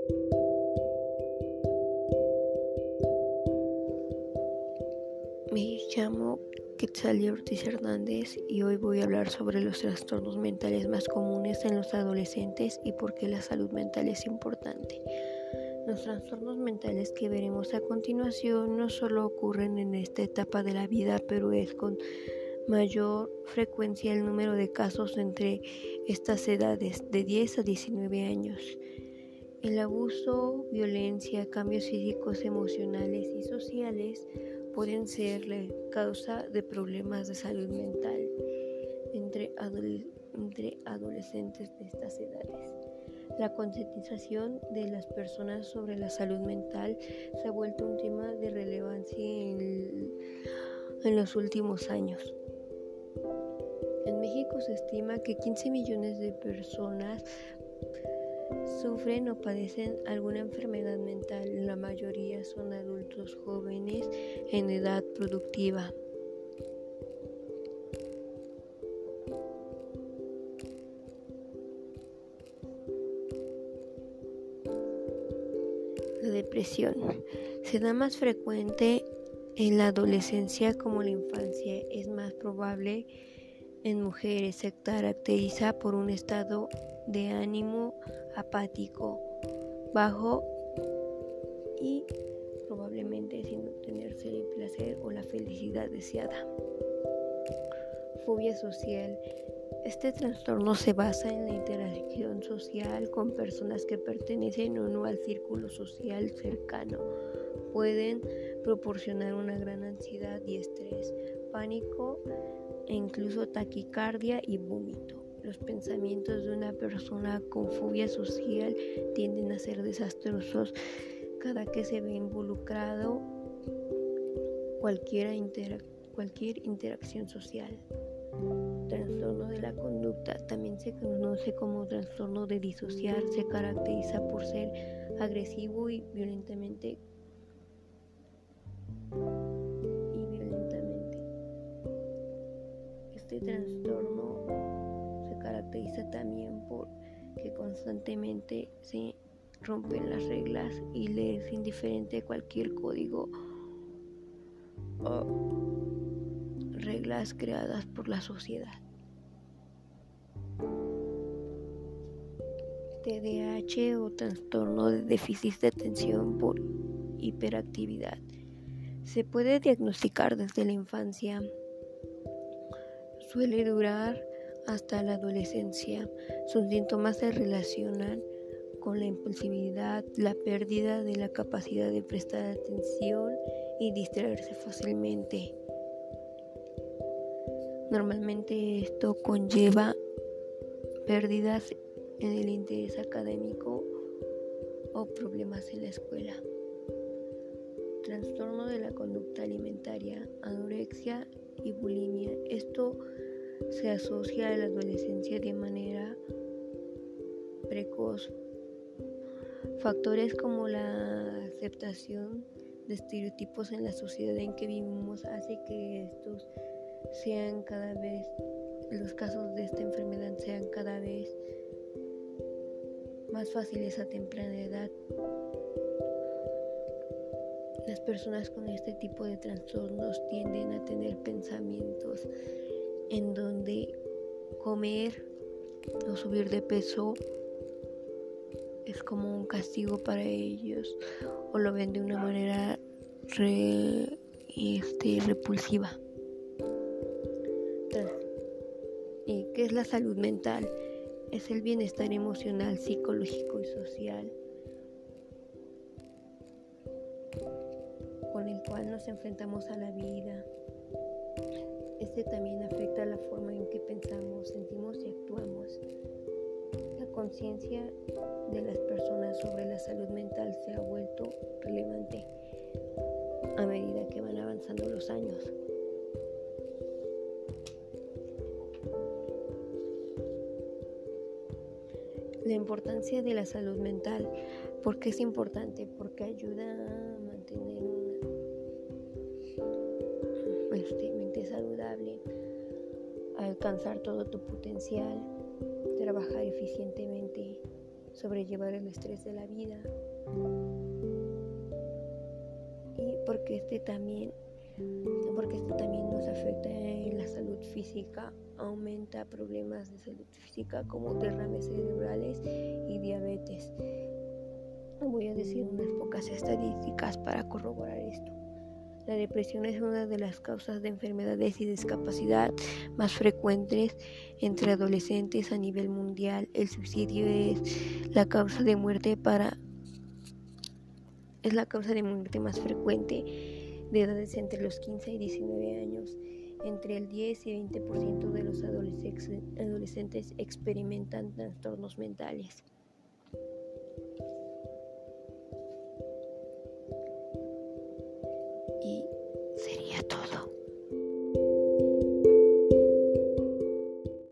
Me llamo Quetzalia Ortiz Hernández y hoy voy a hablar sobre los trastornos mentales más comunes en los adolescentes y por qué la salud mental es importante. Los trastornos mentales que veremos a continuación no solo ocurren en esta etapa de la vida, pero es con mayor frecuencia el número de casos entre estas edades, de 10 a 19 años. El abuso, violencia, cambios físicos, emocionales y sociales pueden ser la causa de problemas de salud mental entre adolescentes de estas edades. La concientización de las personas sobre la salud mental se ha vuelto un tema de relevancia en los últimos años. En México se estima que 15 millones de personas sufren o padecen alguna enfermedad mental. La mayoría son adultos jóvenes en edad productiva. La depresión se da más frecuente en la adolescencia como la infancia. Es más probable en mujeres. Se caracteriza por un estado de ánimo apático, bajo y probablemente sin obtenerse el placer o la felicidad deseada. Fobia social. Este trastorno se basa en la interacción social con personas que pertenecen o no al círculo social cercano. Pueden proporcionar una gran ansiedad y estrés, pánico e incluso taquicardia y vómito. Los pensamientos de una persona con fobia social tienden a ser desastrosos cada que se ve involucrado cualquier interacción social. Trastorno de la conducta, también se conoce como trastorno de disociar, se caracteriza por ser agresivo y violentamente. Este trastorno se caracteriza también por que constantemente se rompen las reglas y le es indiferente cualquier código o reglas creadas por la sociedad. TDAH o trastorno de déficit de atención por hiperactividad. Se puede diagnosticar desde la infancia. Suele durar hasta la adolescencia. Sus síntomas se relacionan con la impulsividad, la pérdida de la capacidad de prestar atención y distraerse fácilmente. Normalmente esto conlleva pérdidas en el interés académico o problemas en la escuela. Trastorno de la conducta alimentaria, anorexia y bulimia. Esto se asocia a la adolescencia de manera precoz. Factores como la aceptación de estereotipos en la sociedad en que vivimos hace que estos sean cada vez, los casos de esta enfermedad sean cada vez más fáciles a temprana edad. Las personas con este tipo de trastornos tienden a tener pensamientos en donde comer o subir de peso es como un castigo para ellos o lo ven de una manera repulsiva. ¿Qué es la salud mental? Es el bienestar emocional, psicológico y social con el cual nos enfrentamos a la vida. Este también afecta la forma en que pensamos, sentimos y actuamos. La conciencia de las personas sobre la salud mental se ha vuelto relevante a medida que van avanzando los años. La importancia de la salud mental. ¿Por qué es importante? Porque ayuda a mantener una mente saludable, a alcanzar todo tu potencial, trabajar eficientemente, sobrellevar el estrés de la vida, y porque este también nos afecta en la salud física, aumenta problemas de salud física como derrames cerebrales y diabetes. Voy a decir unas pocas estadísticas para corroborar esto. La depresión es una de las causas de enfermedades y discapacidad más frecuentes entre adolescentes a nivel mundial. El suicidio es la causa de muerte más frecuente de edades entre los 15 y 19 años. Entre el 10 y 20% de los adolescentes experimentan trastornos mentales.